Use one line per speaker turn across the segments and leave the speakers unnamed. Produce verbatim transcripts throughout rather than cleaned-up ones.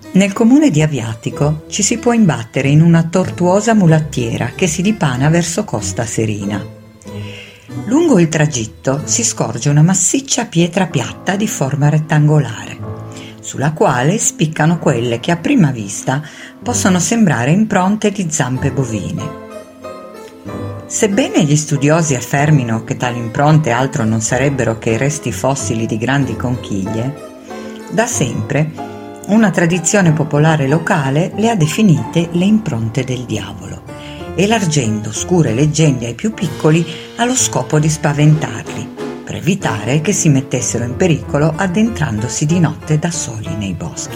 Nel comune di Aviatico ci si può imbattere in una tortuosa mulattiera che si dipana verso Costa Serina. Lungo il tragitto si scorge una massiccia pietra piatta di forma rettangolare, sulla quale spiccano quelle che a prima vista possono sembrare impronte di zampe bovine. Sebbene gli studiosi affermino che tali impronte altro non sarebbero che i resti fossili di grandi conchiglie, da sempre una tradizione popolare locale le ha definite le impronte del diavolo, elargendo oscure leggende ai più piccoli allo scopo di spaventarli, per evitare che si mettessero in pericolo addentrandosi di notte da soli nei boschi.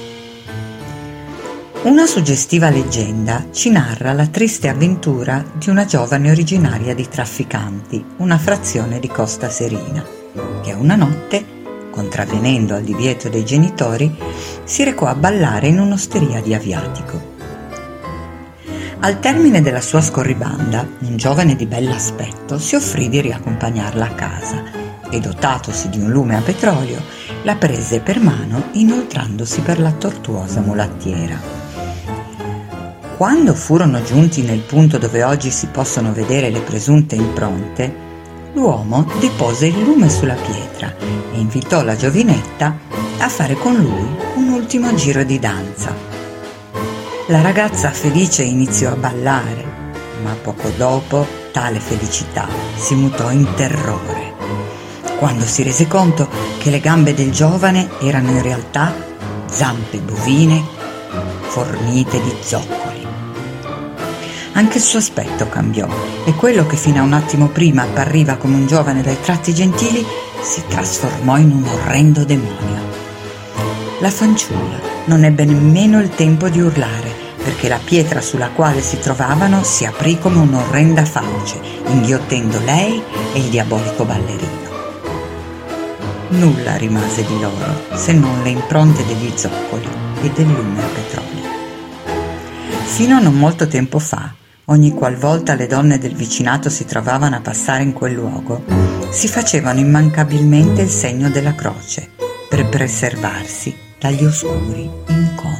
Una suggestiva leggenda ci narra la triste avventura di una giovane originaria di Trafficanti, una frazione di Costa Serina, che una notte, contravvenendo al divieto dei genitori, si recò a ballare in un'osteria di Aviatico. Al termine della sua scorribanda, un giovane di bell'aspetto si offrì di riaccompagnarla a casa e, dotatosi di un lume a petrolio, la prese per mano inoltrandosi per la tortuosa mulattiera. Quando furono giunti nel punto dove oggi si possono vedere le presunte impronte, l'uomo depose il lume sulla pietra e invitò la giovinetta a fare con lui un ultimo giro di danza. La ragazza felice iniziò a ballare, ma poco dopo tale felicità si mutò in terrore, quando si rese conto che le gambe del giovane erano in realtà zampe bovine fornite di zoccoli. Anche il suo aspetto cambiò e quello che fino a un attimo prima appariva come un giovane dai tratti gentili si trasformò in un orrendo demonio. La fanciulla non ebbe nemmeno il tempo di urlare, perché la pietra sulla quale si trovavano si aprì come un'orrenda fauce, inghiottendo lei e il diabolico ballerino. Nulla rimase di loro, se non le impronte degli zoccoli e del lume a petrolio. Fino a non molto tempo fa, ogni qualvolta le donne del vicinato si trovavano a passare in quel luogo, si facevano immancabilmente il segno della croce per preservarsi dagli oscuri incontri.